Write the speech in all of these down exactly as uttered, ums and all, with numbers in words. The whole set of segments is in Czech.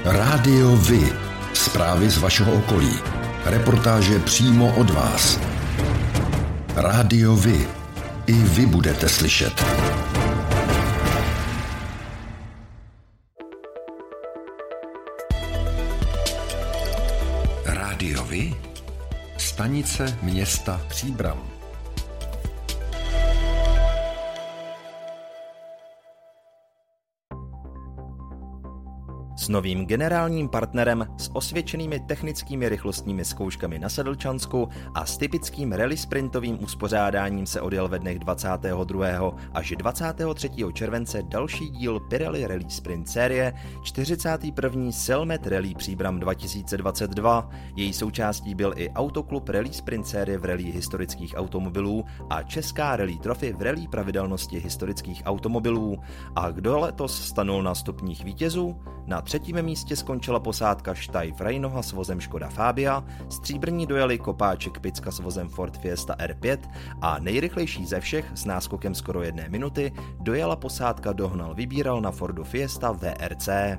Rádio Vy. Zprávy z vašeho okolí. Reportáže přímo od vás. Rádio Vy. I vy budete slyšet. Rádio Vy. Stanice města Příbram. S novým generálním partnerem, s osvědčenými technickými rychlostními zkouškami na Sedlčansku a s typickým rally sprintovým uspořádáním se odjel ve dnech dvacátého druhého až dvacátého třetího července další díl Pirelli Rally Sprint série čtyřicátý první Selmet Rally Příbram dva tisíce dvacet dva. Její součástí byl i Autoklub Rally Sprint série v rally historických automobilů a Česká rally trofy v rally pravidelnosti historických automobilů. A kdo letos stanul na stupních vítězů? Na třetím místě skončila posádka Štajf Rajnoha s vozem Škoda Fabia, stříbrní dojeli Kopáček Picka s vozem Ford Fiesta R pět a nejrychlejší ze všech s náskokem skoro jedné minuty dojela posádka Dohnal Vybíral na Fordu Fiesta V R C.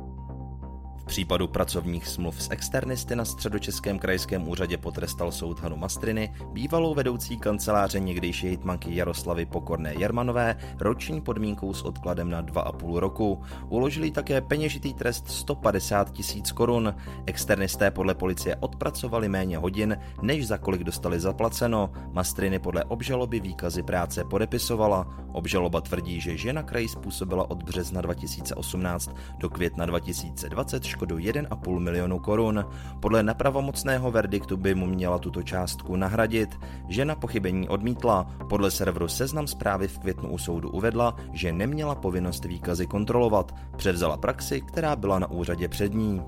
V případu pracovních smluv s externisty na Středočeském krajském úřadě potrestal soud Hanu Mastriny, bývalou vedoucí kanceláře někdejší hejtmanky Jaroslavy Pokorné Jermanové, roční podmínkou s odkladem na dva a půl roku. Uložili také peněžitý trest sto padesát tisíc korun. Externisté podle policie odpracovali méně hodin, než za kolik dostali zaplaceno. Mastriny podle obžaloby výkazy práce podepisovala. Obžaloba tvrdí, že žena kraji způsobila od března dva tisíce osmnáct do května dva tisíce dvacet škodu jeden a půl milionu korun. Podle nepravomocného verdiktu by mu měla tuto částku nahradit. Žena pochybení odmítla. Podle serveru Seznam Zprávy v květnu u soudu uvedla, že neměla povinnost výkazy kontrolovat. Převzala praxi, která byla na úřadě před ní.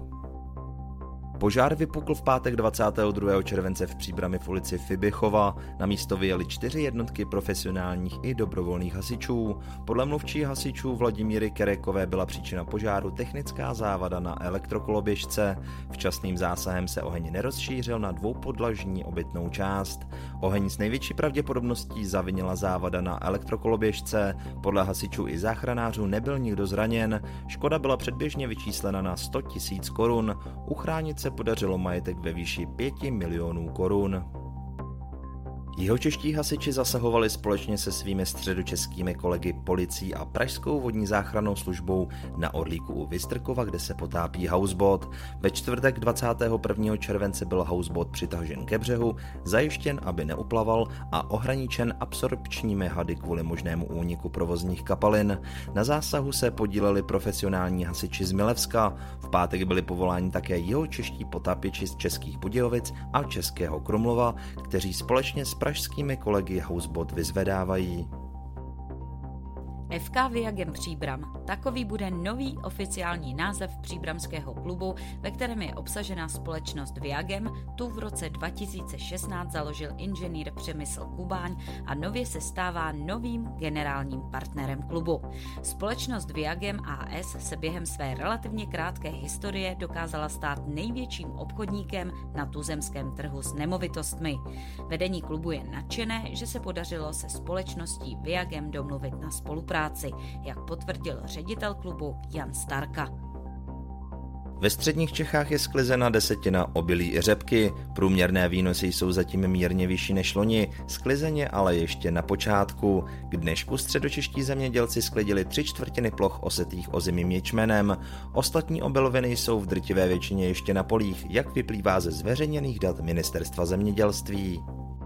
Požár vypukl v pátek dvacátého druhého července v Příbrami v ulici Fibichova. Na místo vyjeli čtyři jednotky profesionálních i dobrovolných hasičů. Podle mluvčí hasičů Vladimíry Kerekové byla příčina požáru technická závada na elektrokoloběžce. Včasným zásahem se oheň nerozšířil na dvoupodlažní obytnou část. Oheň s největší pravděpodobností zavinila závada na elektrokoloběžce. Podle hasičů i záchranářů nebyl nikdo zraněn. Škoda byla předběžně vyčíslena na sto tisíc korun. Uchránit se podařilo majetek ve výši pěti milionů korun. Jihočeští hasiči zasahovali společně se svými středočeskými kolegy policií a pražskou vodní záchrannou službou na Orlíku u Vystrkova, kde se potápí houseboat. Ve čtvrtek dvacátého prvního července byl houseboat přitažen ke břehu, zajištěn, aby neuplaval a ohraničen absorpčními hady kvůli možnému úniku provozních kapalin. Na zásahu se podíleli profesionální hasiči z Milevska. V pátek byli povoláni také jihočeští potápěči z Českých Budějovic a Českého Krumlova, kteří společně s pražskými kolegy houseboat vyzvedávají. F K Viagem Příbram. Takový bude nový oficiální název příbramského klubu, ve kterém je obsažena společnost Viagem. Tu v roce dva tisíce šestnáct založil inženýr Přemysl Kubáň a nově se stává novým generálním partnerem klubu. Společnost Viagem A S se během své relativně krátké historie dokázala stát největším obchodníkem na tuzemském trhu s nemovitostmi. Vedení klubu je nadšené, že se podařilo se společností Viagem domluvit na spolupráci, jak potvrdil ředitel klubu Jan Starka. Ve středních Čechách je sklizena desetina obilí i řepky. Průměrné výnosy jsou zatím mírně vyšší než loni, sklizeně ale ještě na počátku. K dnešku středočeští zemědělci sklidili tři čtvrtiny ploch osetých ozimým ječmenem. Ostatní obiloviny jsou v drtivé většině ještě na polích, jak vyplývá ze zveřejněných dat Ministerstva zemědělství.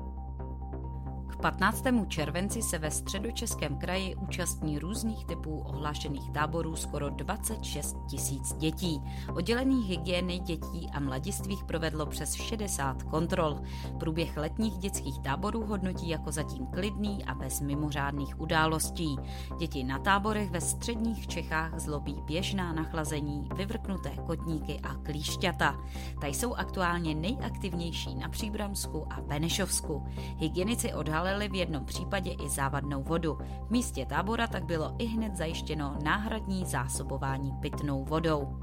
patnáctému červenci se ve Středočeském kraji účastní různých typů ohlášených táborů skoro dvacet šest tisíc dětí. Oddělení hygieny dětí a mladistvých provedlo přes šedesát kontrol. Průběh letních dětských táborů hodnotí jako zatím klidný a bez mimořádných událostí. Děti na táborech ve středních Čechách zlobí běžná nachlazení, vyvrknuté kotníky a klíšťata. Ta jsou aktuálně nejaktivnější na Příbramsku a Benešovsku. Hygienici odhalili v jednom případě i závadnou vodu. V místě tábora tak bylo ihned zajištěno náhradní zásobování pitnou vodou.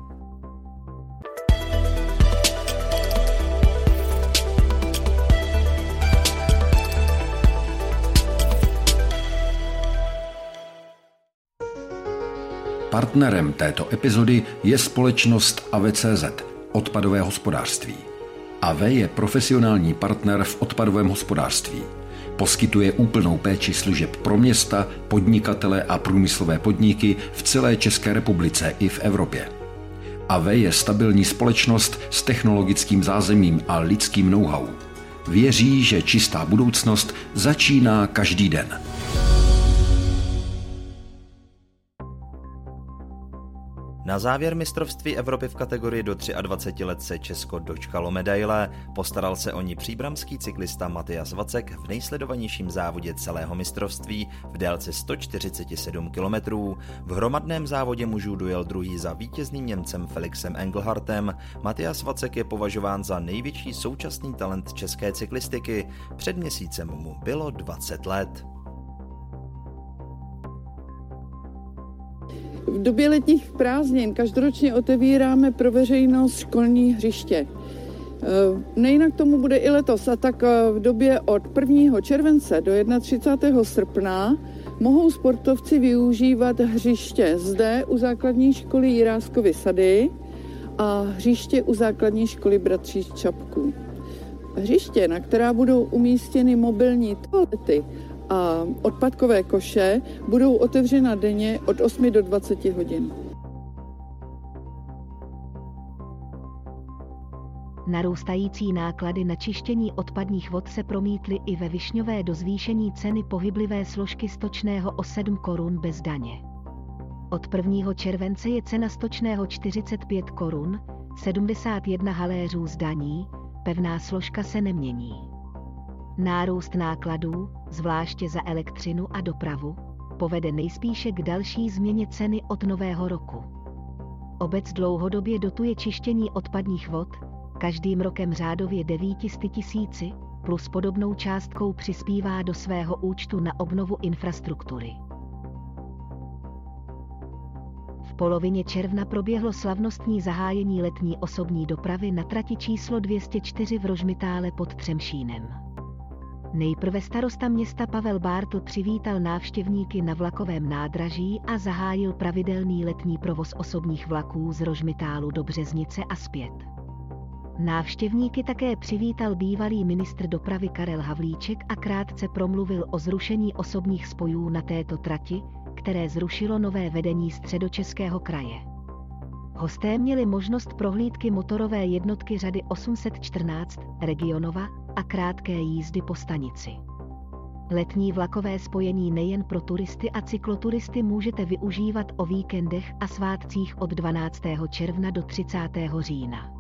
Partnerem této epizody je společnost A V C Z, odpadové hospodářství. A V je profesionální partner v odpadovém hospodářství. Poskytuje úplnou péči služeb pro města, podnikatele a průmyslové podniky v celé České republice i v Evropě. A V je stabilní společnost s technologickým zázemím a lidským know-how. Věří, že čistá budoucnost začíná každý den. Na závěr mistrovství Evropy v kategorii do dvacet tři let se Česko dočkalo medaile. Postaral se o ní příbramský cyklista Matyas Vacek v nejsledovanějším závodě celého mistrovství v délce sto čtyřicet sedm kilometrů. V hromadném závodě mužů dojel druhý za vítězným Němcem Felixem Engelhardtem. Matyas Vacek je považován za největší současný talent české cyklistiky. Před měsícem mu bylo dvacet let. V době letních prázdnin každoročně otevíráme pro veřejnost školní hřiště. Nejinak tomu bude i letos, a tak v době od prvního července do třicátého prvního srpna mohou sportovci využívat hřiště zde u základní školy Jiráskovy sady a hřiště u základní školy Bratří Čapků. Hřiště, na která budou umístěny mobilní toalety a odpadkové koše, budou otevřena denně od osmi do dvaceti hodin. Narůstající náklady na čištění odpadních vod se promítly i ve višňové do zvýšení ceny pohyblivé složky stočného o sedm korun bez daně. Od prvního července je cena stočného čtyřicet pět korun, sedmdesát jedna haléřů z daní, pevná složka se nemění. Nárůst nákladů, zvláště za elektřinu a dopravu, povede nejspíše k další změně ceny od nového roku. Obec dlouhodobě dotuje čištění odpadních vod, každým rokem řádově devět set tisíci, plus podobnou částkou přispívá do svého účtu na obnovu infrastruktury. V polovině června proběhlo slavnostní zahájení letní osobní dopravy na trati číslo dvě stě čtyři v Rožmitále pod Třemšínem. Nejprve starosta města Pavel Bártl přivítal návštěvníky na vlakovém nádraží a zahájil pravidelný letní provoz osobních vlaků z Rožmitálu do Březnice a zpět. Návštěvníky také přivítal bývalý ministr dopravy Karel Havlíček a krátce promluvil o zrušení osobních spojů na této trati, které zrušilo nové vedení Středočeského kraje. Hosté měli možnost prohlídky motorové jednotky řady osm set čtrnáct, Regionova, a krátké jízdy po stanici. Letní vlakové spojení nejen pro turisty a cykloturisty můžete využívat o víkendech a svátcích od dvanáctého června do třicátého října.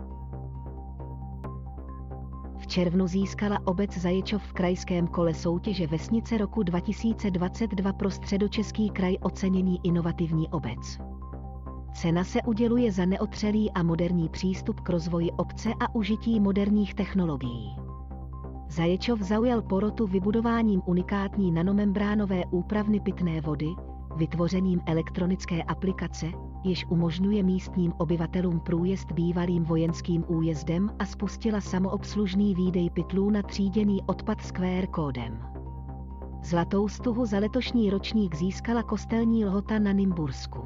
V červnu získala obec Zaječov v krajském kole soutěže Vesnice roku dva tisíce dvacet dva pro Středočeský kraj ocenění Inovativní obec. Cena se uděluje za neotřelý a moderní přístup k rozvoji obce a užití moderních technologií. Zaječov zaujal porotu vybudováním unikátní nanomembránové úpravny pitné vody, vytvořením elektronické aplikace, jež umožňuje místním obyvatelům průjezd bývalým vojenským újezdem a spustila samoobslužný výdej pytlů na tříděný odpad s Q R kódem. Zlatou stuhu za letošní ročník získala Kostelní Lhota na Nymbursku.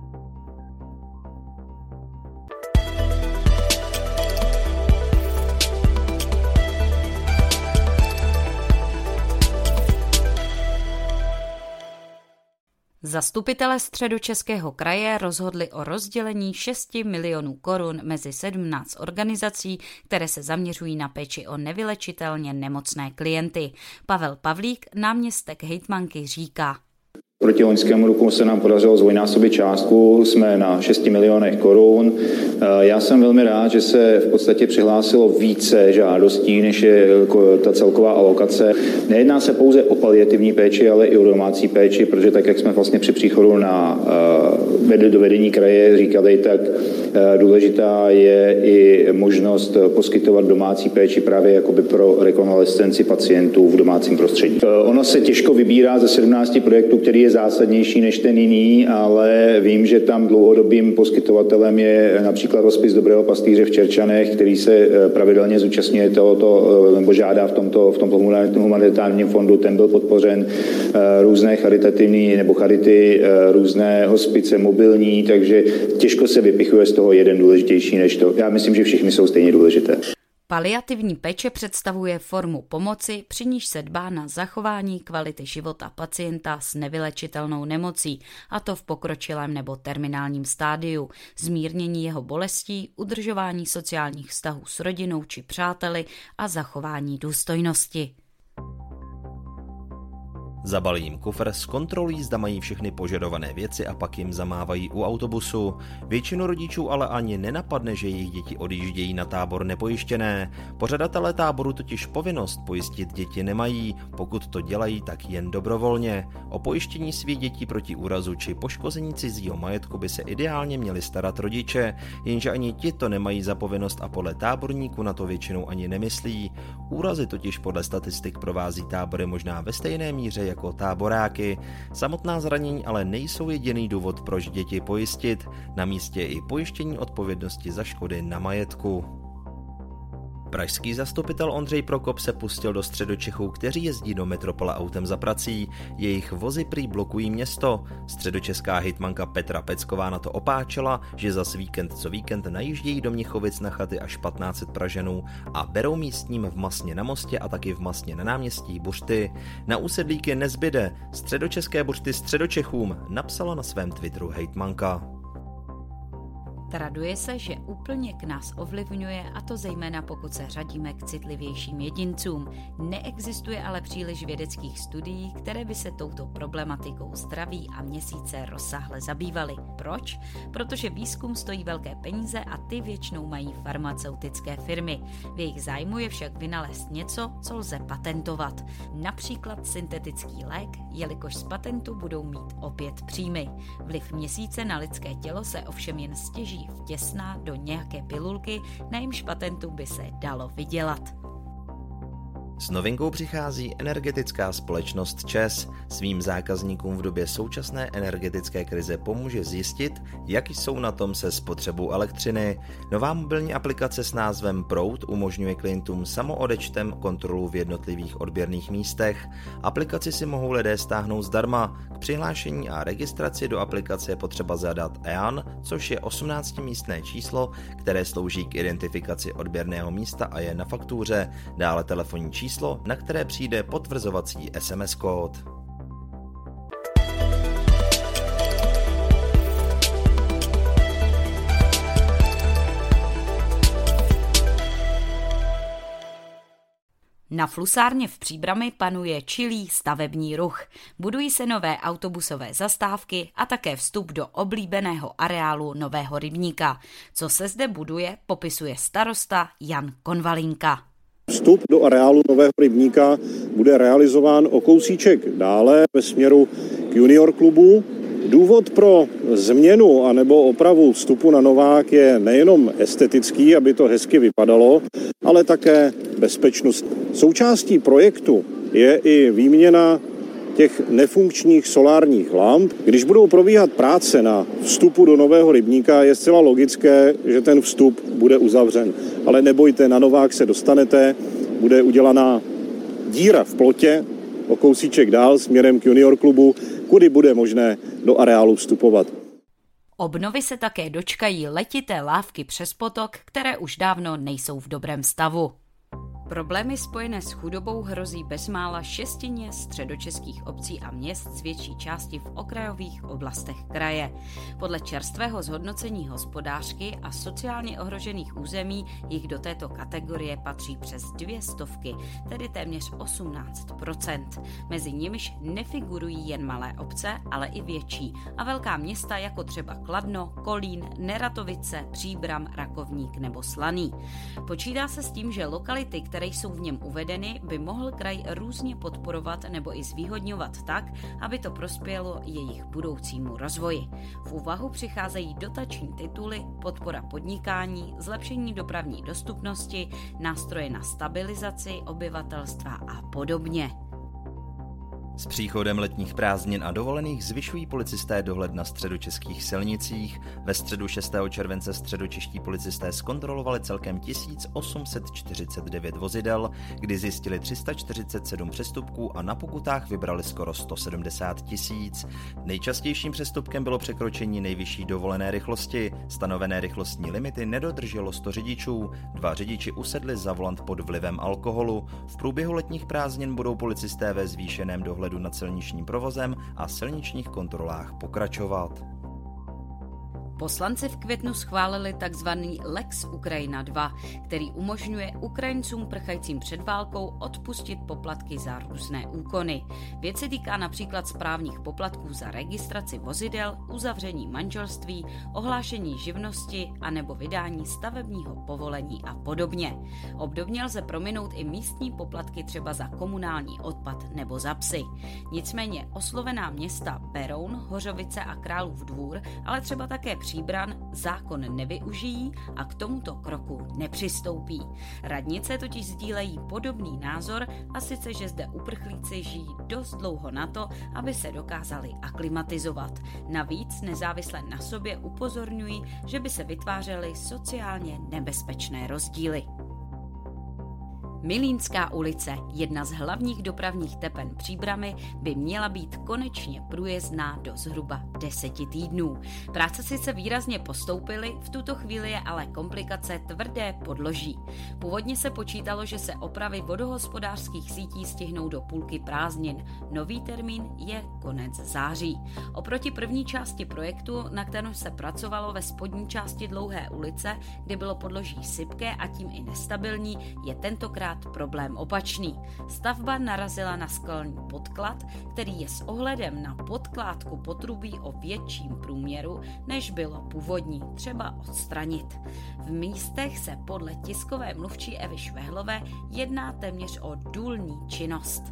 Zastupitelé Středočeského kraje rozhodli o rozdělení šest milionů korun mezi sedmnáct organizací, které se zaměřují na péči o nevylečitelně nemocné klienty. Pavel Pavlík, náměstek hejtmanky, říká: Proti loňskému roku se nám podařilo zdvojnásobit částku, jsme na šesti milionech korun. Já jsem velmi rád, že se v podstatě přihlásilo více žádostí, než je ta celková alokace. Nejedná se pouze o paliativní péči, ale i o domácí péči, protože tak, jak jsme vlastně při příchodu na do vedení kraje říkali, tak důležitá je i možnost poskytovat domácí péči právě jakoby pro rekonvalescenci pacientů v domácím prostředí. Ono se těžko vybírá ze sedmnácti projektů, který je zásadnější než ten jiný, ale vím, že tam dlouhodobým poskytovatelem je například Hospic Dobrého pastýře v Čerčanech, který se pravidelně zúčastňuje tohoto, nebo žádá v tomto, v tomto humanitárním fondu. Ten byl podpořen různé charitativní nebo charity, různé hospice mobilní, takže těžko se vypichuje z toho jeden důležitější než to. Já myslím, že všichni jsou stejně důležité. Paliativní péče představuje formu pomoci, při níž se dbá na zachování kvality života pacienta s nevylečitelnou nemocí, a to v pokročilém nebo terminálním stádiu, zmírnění jeho bolestí, udržování sociálních vztahů s rodinou či přáteli a zachování důstojnosti. Zabalí jim kufr, zkontrolují, zda mají všechny požadované věci a pak jim zamávají u autobusu. Většinu rodičů ale ani nenapadne, že jejich děti odjíždějí na tábor nepojištěné. Pořadatelé táboru totiž povinnost pojistit děti nemají, pokud to dělají, tak jen dobrovolně. O pojištění svých dětí proti úrazu či poškození cizího majetku by se ideálně měli starat rodiče, jenže ani ti to nemají za povinnost a podle táborníků na to většinou ani nemyslí. Úrazy totiž podle statistik provází tábory možná ve stejné míře jako táboráky. Samotná zranění ale nejsou jediný důvod, proč děti pojistit. Na místě je i pojištění odpovědnosti za škody na majetku. Pražský zastupitel Ondřej Prokop se pustil do Středočechů, kteří jezdí do metropole autem za prací. Jejich vozy prý blokují město. Středočeská hejtmanka Petra Pecková na to opáčela, že zas víkend co víkend najíždějí do Mnichovic na chaty až patnáct set Pražanů a berou místním v Masně na mostě a taky v Masně na náměstí buřty. Na úsedlíky nezbyde, středočeské buřty Středočechům, napsala na svém Twitteru hejtmanka. Traduje se, že úplněk nás ovlivňuje, a to zejména pokud se řadíme k citlivějším jedincům. Neexistuje ale příliš vědeckých studií, které by se touto problematikou zdraví a měsíce rozsáhle zabývaly. Proč? Protože výzkum stojí velké peníze a ty většinou mají farmaceutické firmy. V jejich zájmu je však vynalézt něco, co lze patentovat. Například syntetický lék, jelikož z patentu budou mít opět příjmy. Vliv měsíce na lidské tělo se ovšem jen stěží vtěsná do nějaké pilulky, na jejímž patentu by se dalo vydělat. S novinkou přichází energetická společnost ČEZ. Svým zákazníkům v době současné energetické krize pomůže zjistit, jak jsou na tom se spotřebou elektřiny. Nová mobilní aplikace s názvem Proud umožňuje klientům samoodečtem kontrolu v jednotlivých odběrných místech. Aplikaci si mohou lidé stáhnout zdarma. K přihlášení a registraci do aplikace je potřeba zadat E A N, což je osmnáctimístné číslo, které slouží k identifikaci odběrného místa a je na faktuře. Dále telefonní číslo, na které přijde potvrzovací es em es kód. Na Flusárně v Příbrami panuje čilý stavební ruch. Budují se nové autobusové zastávky a také vstup do oblíbeného areálu Nového rybníka. Co se zde buduje, popisuje starosta Jan Konvalinka. Vstup do areálu Nového rybníka bude realizován o kousíček dále ve směru k junior klubu. Důvod pro změnu anebo opravu vstupu na Novák je nejenom estetický, aby to hezky vypadalo, ale také bezpečnost. Součástí projektu je i výměna těch nefunkčních solárních lamp. Když budou probíhat práce na vstupu do Nového rybníka, je zcela logické, že ten vstup bude uzavřen. Ale nebojte, na Novák se dostanete, bude udělaná díra v plotě o kousíček dál směrem k junior klubu, kudy bude možné do areálu vstupovat. Obnovy se také dočkají letité lávky přes potok, které už dávno nejsou v dobrém stavu. Problémy spojené s chudobou hrozí bezmála šestině středočeských obcí a měst z větší části v okrajových oblastech kraje. Podle čerstvého zhodnocení hospodářky a sociálně ohrožených území jich do této kategorie patří přes dvě stovky, tedy téměř osmnáct procent. Mezi nimiž nefigurují jen malé obce, ale i větší a velká města jako třeba Kladno, Kolín, Neratovice, Příbram, Rakovník nebo Slaný. Počítá se s tím, že lokality, které jsou v něm uvedeny, by mohl kraj různě podporovat nebo i zvýhodňovat tak, aby to prospělo jejich budoucímu rozvoji. V úvahu přicházejí dotační tituly, podpora podnikání, zlepšení dopravní dostupnosti, nástroje na stabilizaci obyvatelstva a podobně. S příchodem letních prázdnin a dovolených zvyšují policisté dohled na středočeských silnicích. Ve středu šestého července středočeští policisté zkontrolovali celkem tisíc osm set čtyřicet devět vozidel, kdy zjistili tři sta čtyřicet sedm přestupků a na pokutách vybrali skoro sto sedmdesát tisíc. Nejčastějším přestupkem bylo překročení nejvyšší dovolené rychlosti. Stanovené rychlostní limity nedodrželo sto řidičů. Dva řidiči usedli za volant pod vlivem alkoholu. V průběhu letních prázdnin budou policisté ve zvýšeném dohledu nad silničním provozem a silničních kontrolách pokračovat. Poslanci v květnu schválili tzv. Lex Ukrajina dva, který umožňuje Ukrajincům prchajícím před válkou odpustit poplatky za různé úkony. Věc se týká například správních poplatků za registraci vozidel, uzavření manželství, ohlášení živnosti anebo vydání stavebního povolení a podobně. Obdobně lze prominout i místní poplatky třeba za komunální odpad nebo za psy. Nicméně oslovená města Beroun, Hořovice a Králův Dvůr, ale třeba také Příbran zákon nevyužijí a k tomuto kroku nepřistoupí. Radnice totiž sdílejí podobný názor, a sice, že zde uprchlíci žijí dost dlouho na to, aby se dokázali aklimatizovat. Navíc nezávisle na sobě upozorňují, že by se vytvářely sociálně nebezpečné rozdíly. Milínská ulice, jedna z hlavních dopravních tepen Příbrami, by měla být konečně průjezdná do zhruba deseti týdnů. Práce sice výrazně postoupily, v tuto chvíli je ale komplikace tvrdé podloží. Původně se počítalo, že se opravy vodohospodářských sítí stihnou do půlky prázdnin. Nový termín je konec září. Oproti první části projektu, na kterém se pracovalo ve spodní části dlouhé ulice, kde bylo podloží sypké a tím i nestabilní, je tentokrát problém opačný. Stavba narazila na skalní podklad, který je s ohledem na podkládku potrubí o větším průměru, než bylo původní, třeba odstranit. V místech se podle tiskové mluvčí Evy Švehlové jedná téměř o důlní činnost.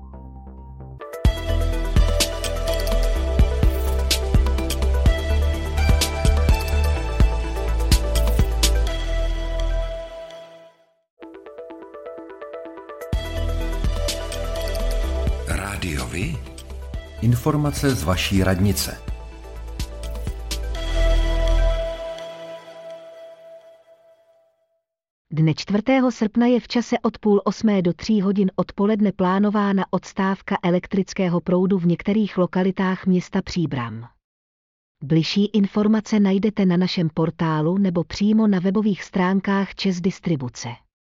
Rádiovi? Informace z vaší radnice. Dne čtvrtého srpna je v čase od půl osmé do tří hodin odpoledne plánována odstávka elektrického proudu v některých lokalitách města Příbram. Bližší informace najdete na našem portálu nebo přímo na webových stránkách ČEZ Distribuce.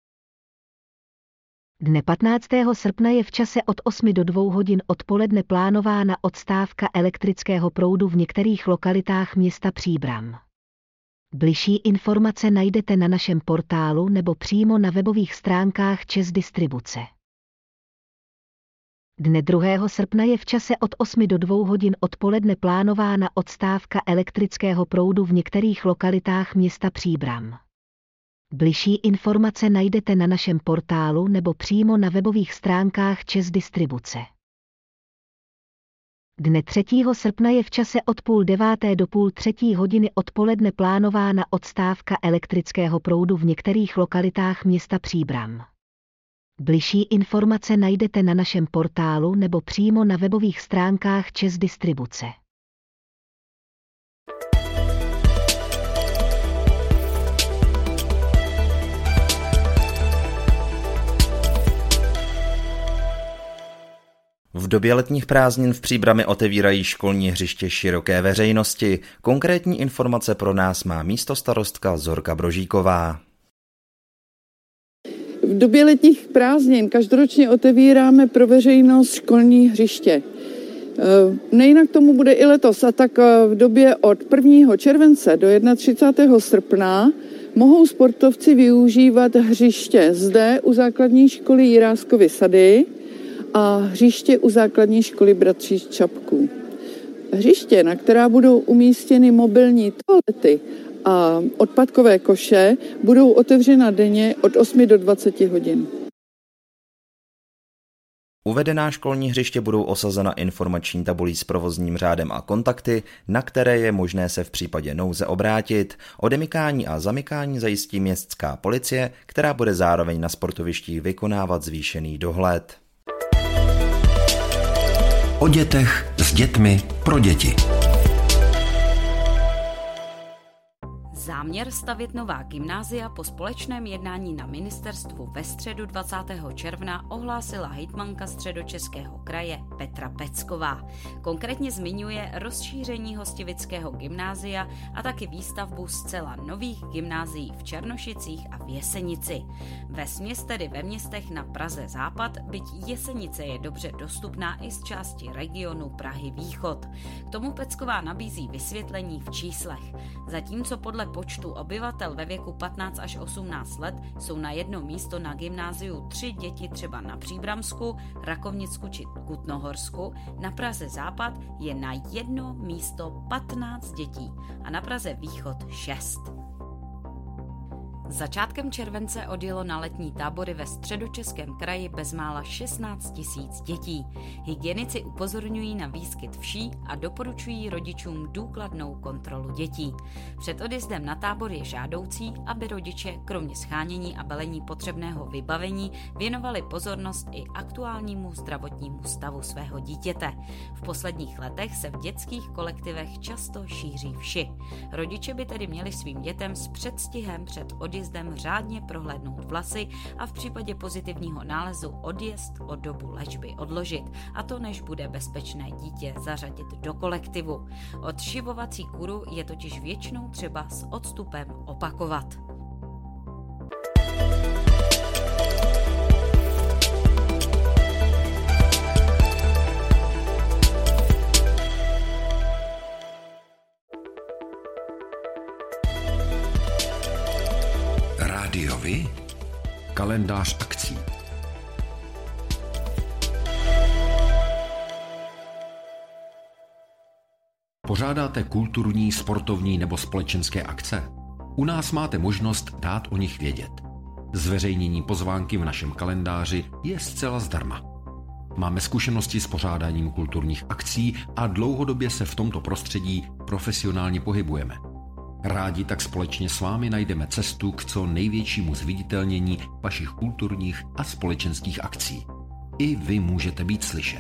Dne patnáctého srpna je v čase od osmi do dvou hodin odpoledne plánována odstávka elektrického proudu v některých lokalitách města Příbram. Bližší informace najdete na našem portálu nebo přímo na webových stránkách ČEZ Distribuce. Dne druhého srpna je v čase od osmi do dvou hodin odpoledne plánována odstávka elektrického proudu v některých lokalitách města Příbram. Bližší informace najdete na našem portálu nebo přímo na webových stránkách ČEZ Distribuce. Dne třetího srpna je v čase od půl deváté do půl třetí hodiny odpoledne plánována odstávka elektrického proudu v některých lokalitách města Příbram. Bližší informace najdete na našem portálu nebo přímo na webových stránkách ČEZ Distribuce. V době letních prázdnin v Příbrami otevírají školní hřiště široké veřejnosti. Konkrétní informace pro nás má místostarostka Zorka Brožíková. V době letních prázdnin každoročně otevíráme pro veřejnost školní hřiště. Nejinak tomu bude i letos, a tak v době od prvního července do třicátého prvního srpna mohou sportovci využívat hřiště zde u základní školy Jiráskovy sady a hřiště u základní školy Bratří Čapků. Hřiště, na která budou umístěny mobilní toalety a odpadkové koše, budou otevřena denně od osmi do dvaceti hodin. Uvedená školní hřiště budou osazena informační tabulí s provozním řádem a kontakty, na které je možné se v případě nouze obrátit. Odemykání a zamykání zajistí městská policie, která bude zároveň na sportovištích vykonávat zvýšený dohled. O dětech, s dětmi, pro děti. Záměr stavět nová gymnázia po společném jednání na ministerstvu ve středu dvacátého června ohlásila hejtmanka Středočeského kraje Petra Pecková. Konkrétně zmiňuje rozšíření Hostivického gymnázia a taky výstavbu zcela nových gymnázií v Černošicích a v Jesenici. Vesměs tedy ve městech na Praze Západ, byť Jesenice je dobře dostupná i z části regionu Prahy Východ. K tomu Pecková nabízí vysvětlení v číslech. Zatímco podle počtu obyvatel ve věku patnáct až osmnáct let jsou na jedno místo na gymnáziu tři děti třeba na Příbramsku, Rakovnicku či Kutnohorsku, na Praze Západ je na jedno místo patnáct dětí a na Praze Východ šest. Začátkem července odjelo na letní tábory ve Středočeském kraji bezmála šestnáct tisíc dětí. Hygienici upozorňují na výskyt vší a doporučují rodičům důkladnou kontrolu dětí. Před odjezdem na tábor je žádoucí, aby rodiče kromě shánění a balení potřebného vybavení věnovali pozornost i aktuálnímu zdravotnímu stavu svého dítěte. V posledních letech se v dětských kolektivech často šíří vši. Rodiče by tedy měli svým dětem s předstihem před odjezdem řádně prohlédnout vlasy a v případě pozitivního nálezu odjezd o dobu léčby odložit, a to než bude bezpečné dítě zařadit do kolektivu. Odšivovací kuru je totiž většinou třeba s odstupem opakovat. Rádiovi? Kalendář akcí. Pořádáte kulturní, sportovní nebo společenské akce? U nás máte možnost dát o nich vědět. Zveřejnění pozvánky v našem kalendáři je zcela zdarma. Máme zkušenosti s pořádáním kulturních akcí a dlouhodobě se v tomto prostředí profesionálně pohybujeme. Rádi tak společně s vámi najdeme cestu k co největšímu zviditelnění vašich kulturních a společenských akcí. I vy můžete být slyšet.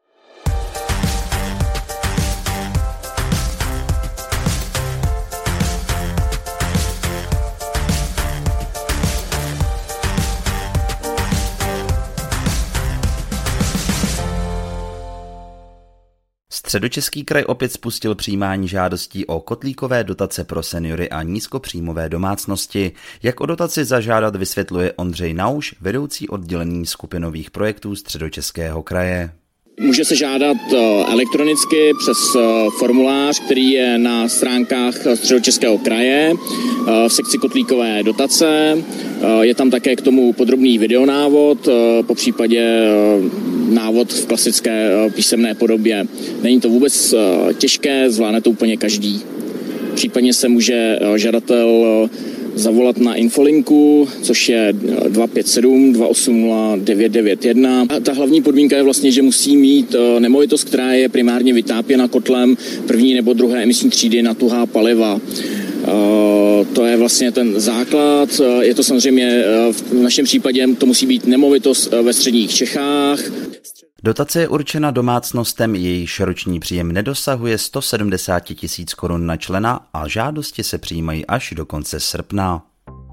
Středočeský kraj opět spustil přijímání žádostí o kotlíkové dotace pro seniory a nízkopříjmové domácnosti. Jak o dotaci zažádat, vysvětluje Ondřej Nauš, vedoucí oddělení skupinových projektů Středočeského kraje. Může se žádat elektronicky přes formulář, který je na stránkách Středočeského kraje v sekci kotlíkové dotace. Je tam také k tomu podrobný videonávod, po případě návod v klasické písemné podobě. Není to vůbec těžké, zvládne to úplně každý. Případně se může žadatel zavolat na infolinku, což je dva pět sedm dva osm nula devět devět jedna. A ta hlavní podmínka je vlastně, že musí mít nemovitost, která je primárně vytápěna kotlem první nebo druhé emisní třídy na tuhá paliva. To je vlastně ten základ. Je to samozřejmě v našem případě, to musí být nemovitost ve středních Čechách. Dotace je určena domácnostem, jejíž roční příjem nedosahuje sto sedmdesát tisíc korun na člena a žádosti se přijímají až do konce srpna.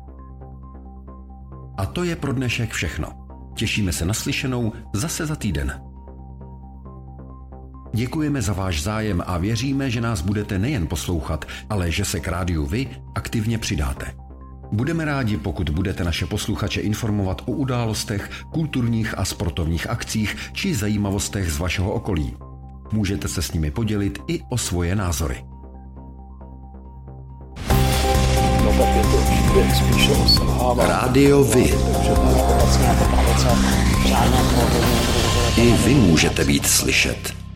A to je pro dnešek všechno. Těšíme se na slyšenou zase za týden. Děkujeme za váš zájem a věříme, že nás budete nejen poslouchat, ale že se k rádiu Vy aktivně přidáte. Budeme rádi, pokud budete naše posluchače informovat o událostech, kulturních a sportovních akcích či zajímavostech z vašeho okolí. Můžete se s nimi podělit i o svoje názory. Rádio Vy. I vy můžete být slyšet.